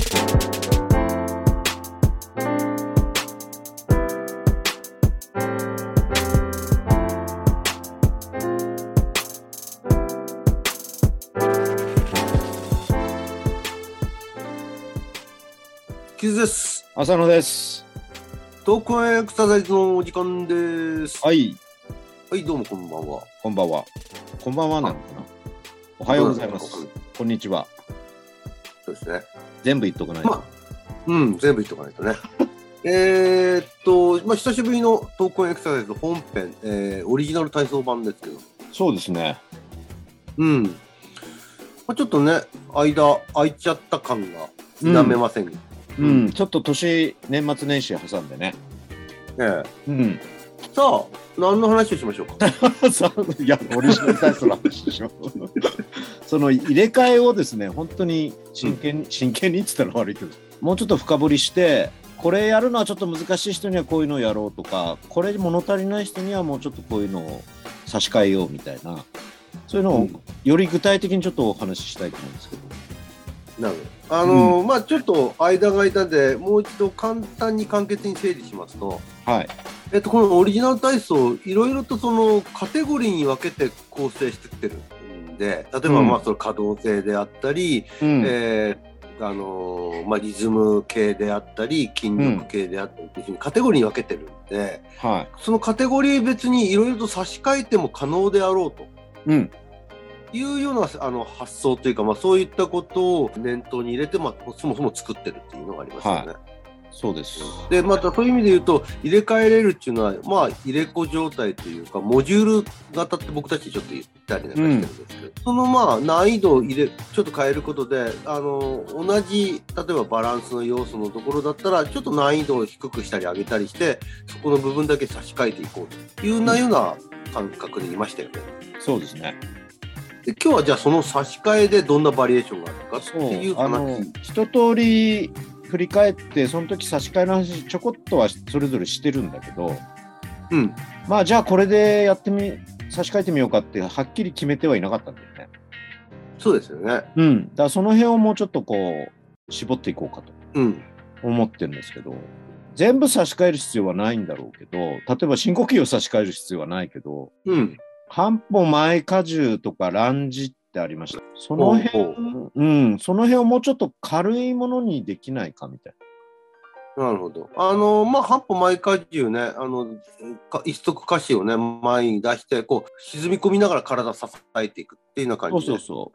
キズです。 浅野です。 トークエクササイズのお時間です。 はい。 はい、どうもこんばんは。 こんばんは。こんばんはなのかな。おはようございます。こんにちは。 そうですね。 全部言っとかないと。 全部言っとかないとね。久しぶりのトークエクササイズ本編、オリジナル体操版ですけど。 そうですね。 ちょっとね、間空いちゃった感が否めませんが。 ちょっと年末年始挟んでね。 さあ、何の話をしましょうか。 いや、オリジナル体操の話でしょ。その入れ替えをですね、本当に真剣にって言ったら悪いけど、もうちょっと深掘りして、これやるのはちょっと難しい人にはこういうのをやろうとか、これ物足りない人にはもうちょっとこういうのを差し替えようみたいな、そういうのをより具体的にちょっとお話ししたいと思うんですけど。 なるほど。ちょっと間が空いたんで、もう一度簡単に簡潔に整理しますと、 はい。 このオリジナル体操、いろいろとそのカテゴリーに分けて構成してってるんで、例えばその可動性であったり、リズム系であったり、筋力系であったりというふうにカテゴリーに分けてるんで、そのカテゴリー別にいろいろと差し替えても可能であろうと。いうような発想というか、そういったことを念頭に入れて、そもそも作ってるっていうのがありますよね。 そうです。 で、またそういう意味で言うと、入れ替えれるっていうのは、入れ子状態というか、モジュール型って僕たちちょっと言ったりなんかしてるんですけど、その難易度をちょっと変えることで、同じ、例えばバランスの要素のところだったら、ちょっと難易度を低くしたり上げたりして、そこの部分だけ差し替えていこうというような感覚でいましたよね。 そうですね。 で今日はじゃあその差し替えでどんなバリエーションがあるかっていう話。 一通り振り返ってその時差し替えの話ちょこっとはそれぞれしてるんだけど、じゃあこれで差し替えてみようかってはっきり決めてはいなかったんだよね。 そうですよね。 だからその辺をもうちょっとこう絞っていこうかと思ってるんですけど、全部差し替える必要はないんだろうけど、例えば深呼吸を差し替える必要はないけど、半歩前荷重とかランジってありました。その辺をもうちょっと軽いものにできないかみたいな。なるほど。半歩前荷重ね、一足下肢をね、前に出して、こう、沈み込みながら体支えていくっていうような感じで。 そう。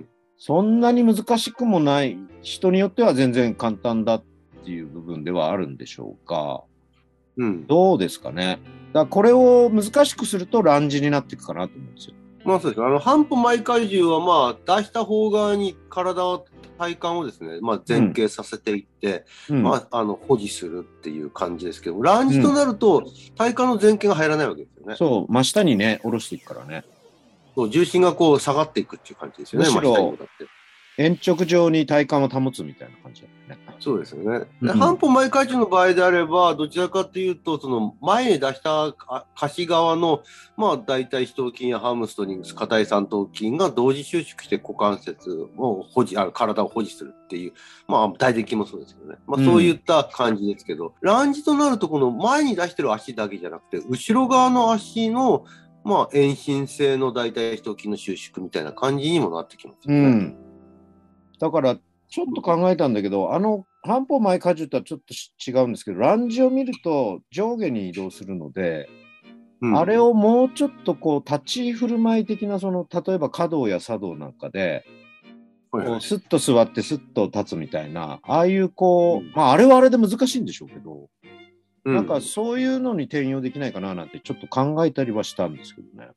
そんなに難しくもない、人によっては全然簡単だっていう部分ではあるんでしょうか。どうですかね。だからこれを難しくするとランジになっていくかなと思うんですよ。 そうです。半歩前荷重は出した方側に体幹をですね、前傾させていって、保持するっていう感じですけど、ランジとなると体幹の前傾が入らないわけですよね。 そう、真下にね、下ろしていくからね。 そう、重心がこう下がっていくっていう感じですよね。 むしろ鉛直上に体幹を保つみたいな感じだよね。 そうですよね。半歩前荷重の場合であれば、どちらかというと、その前に出した下肢側の、大腿四頭筋やハムストリングス、下腿三頭筋が同時収縮して股関節を体を保持するっていう、大腿筋もそうですけどね。そういった感じですけど、ランジとなると、この前に出してる足だけじゃなくて、後ろ側の足の、遠心性の大腿四頭筋の収縮みたいな感じにもなってきますよね。 だから、ちょっと考えたんだけど、半歩前荷重とはちょっと違うんですけど、ランジを見ると上下に移動するので、あれをもうちょっとこう立ち振る舞い的な、例えば華道や茶道なんかで、スッと座ってスッと立つみたいな、ああいうあれはあれで難しいんでしょうけど、なんかそういうのに転用できないかななんてちょっと考えたりはしたんですけどね。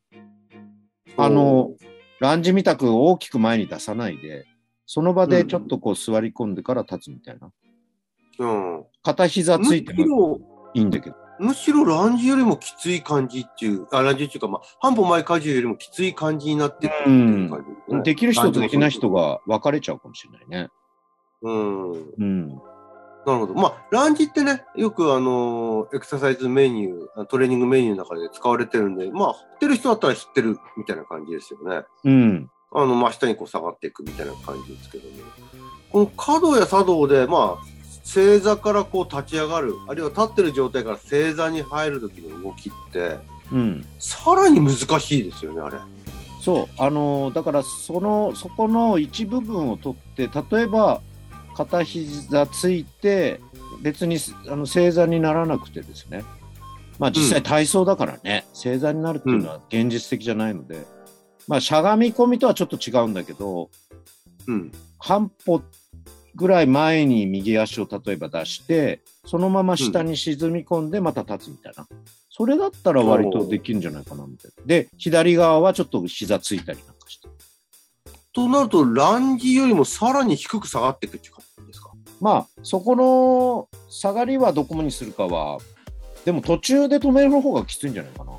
ランジみたく大きく前に出さないで、その場でちょっとこう座り込んでから立つみたいな。片膝ついてもいいんだけど。 むしろランジよりもきつい感じっていう、ランジっていうか、半歩前荷重よりもきつい感じになってくるっていう感じ、 できる人とできない人が分かれちゃうかもしれないね。 なるほど。ランジってね、よくエクササイズメニュー、トレーニングメニューの中で使われてるんで、知ってる人だったら知ってるみたいな感じですよね。 真下にこう下がっていくみたいな感じですけども、この角や茶道で、まあ、正座からこう立ち上がる、あるいは立ってる状態から正座に入る時の動きって、さらに難しいですよね、あれ。 そう、だからそこの一部分を取って、例えば片膝ついて別に正座にならなくてですね、まあ実際体操だからね、正座になるっていうのは現実的じゃないので、まあしゃがみ込みとはちょっと違うんだけど、半歩ぐらい前に右足を例えば出して、そのまま下に沈み込んでまた立つみたいな。それだったら割とできるんじゃないかなみたいな。で、左側はちょっと膝ついたりなんかして。 となると、ランジよりもさらに低く下がっていくっていう感じですか？ まあ、そこの下がりはどこにするかは、でも途中で止める方がきついんじゃないかな。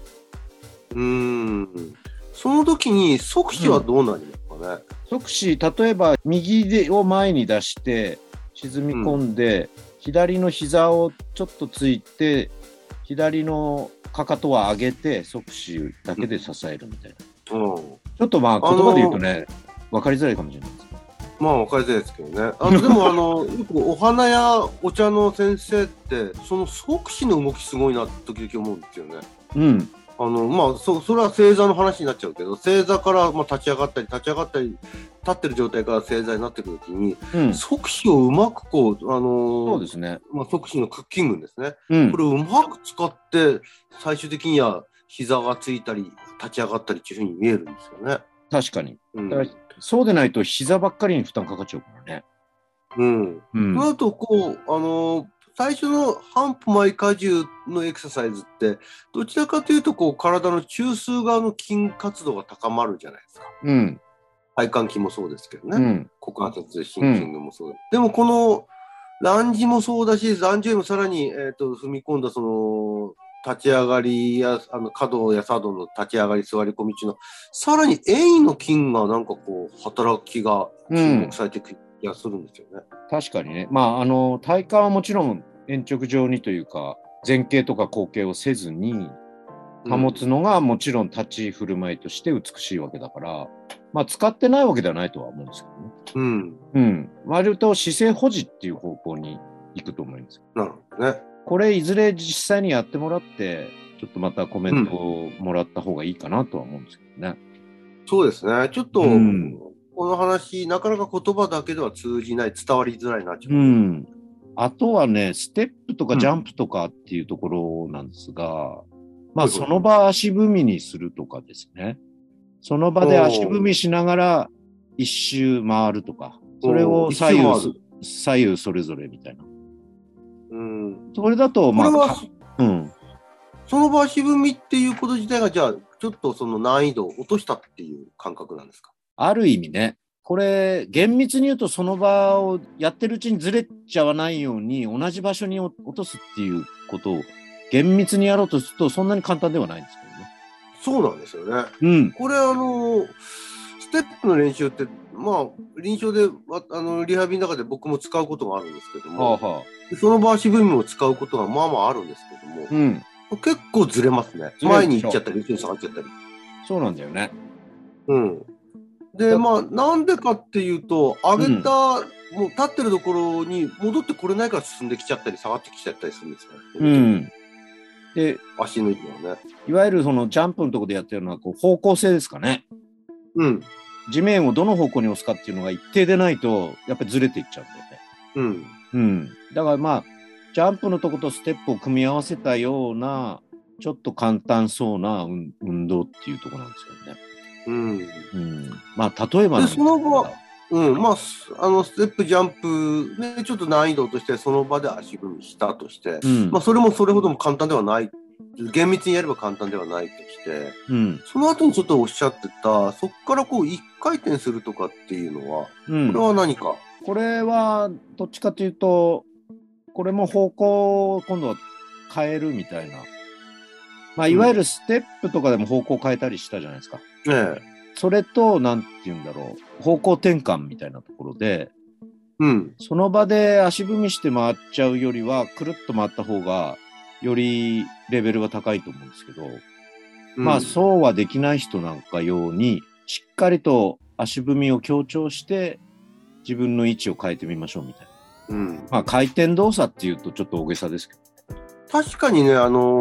その時に側視はどうなりますかね？ 側視、例えば右を前に出して沈み込んで、左の膝をちょっとついて、左のかかとは上げて側視だけで支えるみたいな。ちょっとまあ言葉で言うとね、分かりづらいかもしれないですね。 まあ分かりづらいですけどね。でもよくお花やお茶の先生ってその側視の動きすごいなって時々思うんですよね。まあそれは正座の話になっちゃうけど、正座からまあ立ち上がったり立ってる状態から正座になってくるときに、側視をうまくこうそうですね。 まあ側視のクッキングですね。これをうまく使って最終的には膝がついたり立ち上がったりっていうふうに見えるんですよね。 確かに。だからそうでないと膝ばっかりに負担かかっちゃうからね。 その後こう最初の半歩前荷重のエクササイズってどちらかというとこう体の中枢側の筋活動が高まるじゃないですか。体幹筋もそうですけどね。股関節、心筋群もそうだ。でもこのランジもそうだし、ランジよりもさらに、踏み込んだその立ち上がりや可動や茶道の立ち上がり座り込み中のさらに遠位の筋がなんかこう働きが注目されていく気がするんですよね。 確かにね。まあ体幹はもちろん鉛直状にというか前傾とか後傾をせずに保つのがもちろん立ち振る舞いとして美しいわけだから、まあ使ってないわけではないとは思うんですけどね。割と姿勢保持っていう方向に行くと思います。 なるほどね。 これいずれ実際にやってもらってちょっとまたコメントをもらった方がいいかなとは思うんですけどね。 そうですね。ちょっと、この話なかなか言葉だけでは通じない、伝わりづらいなっていう。 あとはね、ステップとかジャンプとかっていうところなんですが、まあその場足踏みにするとかですね。その場で足踏みしながら一周回るとか、それを左右それぞれみたいな。それだと、まあ、 その場足踏みっていうこと自体が、じゃあ、ちょっとその難易度を落としたっていう感覚なんですか？ ある意味ね。これ、厳密に言うと、その場をやってるうちにずれちゃわないように、同じ場所に落とすっていうことを厳密にやろうとすると、そんなに簡単ではないんですけどね。 そうなんですよね。これ、ステップの練習って、まあ、臨床で、リハビリの中で僕も使うことがあるんですけども、その場足踏みも使うことがまあまああるんですけども、結構ずれますね。前に行っちゃったり、後ろに下がっちゃったり。 そうなんだよね。 で、まあ、なんでかっていうと、上げた、もう立ってるところに戻ってこれないから進んできちゃったり、下がってきちゃったりするんですよね。で、足の位置はね。 いわゆるそのジャンプのところでやってるのは、こう方向性ですかね。地面をどの方向に押すかっていうのが一定でないと、やっぱりずれていっちゃうんだよね。だからまあ、ジャンプのとことステップを組み合わせたような、ちょっと簡単そうな運動っていうところなんですよね。まあ、例えばその後は、まあ、ステップジャンプで、ちょっと難易度としてその場で足踏みしたとして、まあ、それもそれほども簡単ではない。厳密にやれば簡単ではないとして、その後にちょっとおっしゃってた、そこからこう一回転するとかっていうのは、これは何か？ これはどっちかというと、これも方向を今度は変えるみたいな。まあ、いわゆるステップとかでも方向変えたりしたじゃないですか。それと、なんて言うんだろう、方向転換みたいなところで、その場で足踏みして回っちゃうよりは、くるっと回った方が、よりレベルは高いと思うんですけど、まあそうはできない人なんかように、しっかりと足踏みを強調して自分の位置を変えてみましょうみたいな。 うん。 まあ回転動作っていうとちょっと大げさですけど。 確かにね、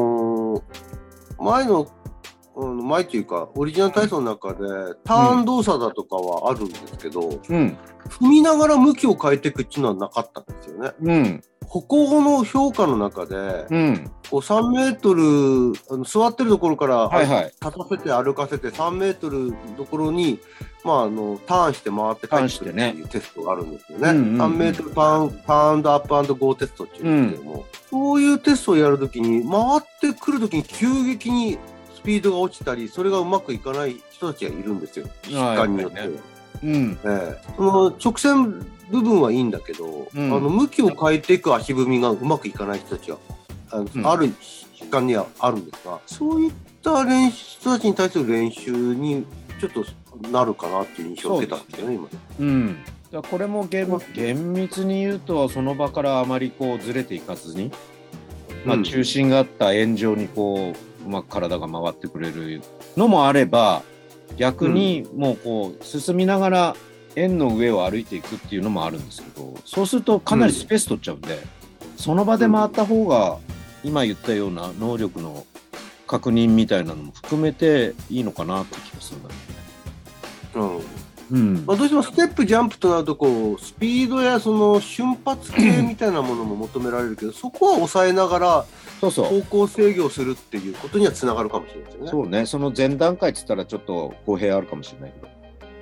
前の、前というか、オリジナル体操の中で、ターン動作だとかはあるんですけど、 うん。 踏みながら向きを変えていくっていうのはなかったんですよね。 うん。 歩行の評価の中で、 うん。 こう3メートル、座ってるところから、 はいはい。 立たせて歩かせて3メートルのところに、まあ、ターンして回って帰ってくるっていうテストがあるんですよね。3メートルターンアップ&ゴーテストっていうんですけども、そういうテストをやるときに、回ってくるときに急激にスピードが落ちたり、それがうまくいかない人たちがいるんですよ。疾患によっては。その直線部分はいいんだけど、向きを変えていく足踏みがうまくいかない人たちがある疾患にはあるんですが、そういった人たちに対する練習にちょっとなるかなっていう印象を受けたんですよね、 今。これも厳密に言うとその場からあまりこうずれていかずに、まあ、中心があった円状にこううまく体が回ってくれるのもあれば、逆にもうこう進みながら円の上を歩いていくっていうのもあるんですけど、そうするとかなりスペース取っちゃうんで、その場で回った方が今言ったような能力の確認みたいなのも含めていいのかなって気がするんだよね。 まあ、どうしてもステップジャンプとなるとこうスピードやその瞬発系みたいなものも求められるけど、そこは抑えながら方向制御するっていうことにはつながるかもしれないですよね。 そうね、その前段階って言ったらちょっと公平あるかもしれないけど。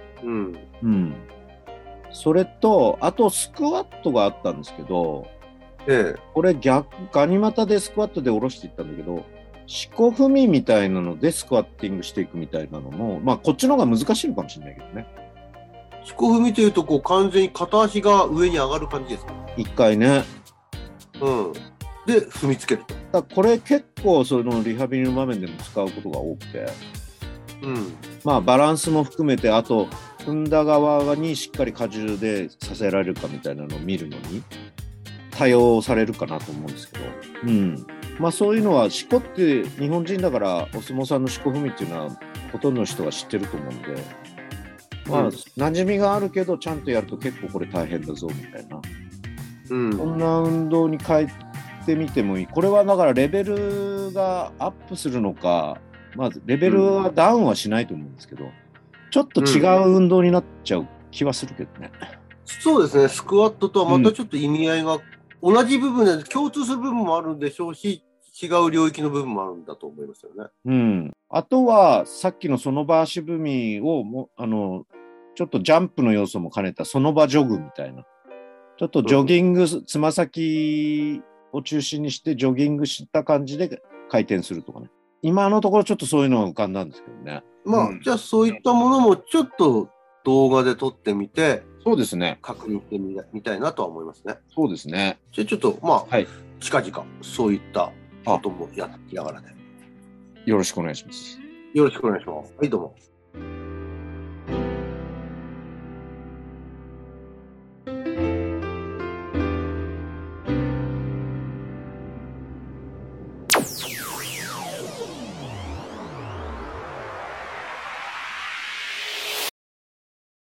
それとあとスクワットがあったんですけど、これガニ股でスクワットで下ろしていったんだけど、四股踏みみたいなのでスクワッティングしていくみたいなのも、まあこっちの方が難しいのかもしれないけどね。 四股踏みというとこう完全に片足が上に上がる感じですか？ 一回ね。 で踏みつけると。 これ結構そのリハビリの場面でも使うことが多くて、まあバランスも含めて、あと踏んだ側にしっかり荷重でさせられるかみたいなのを見るのに多用されるかなと思うんですけど、まあそういうのは四股って日本人だからお相撲さんの四股踏みっていうのはほとんどの人が知ってると思うんで、まあ馴染みがあるけどちゃんとやると結構これ大変だぞみたいな、そんな運動に変えてみてもいい。これはだからレベルがアップするのか、まずレベルはダウンはしないと思うんですけど、ちょっと違う運動になっちゃう気はするけどね。 そうですね。スクワットとはまたちょっと意味合いが、同じ部分で共通する部分もあるんでしょうし、違う領域の部分もあるんだと思いますよね。 あとはさっきのその場足踏みをちょっとジャンプの要素も兼ねたその場ジョグみたいな、ちょっとジョギング、つま先を中心にしてジョギングした感じで回転するとかね。今のところちょっとそういうのが浮かんだんですけどね。 じゃあそういったものもちょっと動画で撮ってみて、 そうですね。 確認してみたいなとは思いますね。 そうですね。 じゃあちょっと近々そういったこともやってきながらね。 よろしくお願いします。 よろしくお願いします。はい、どうも。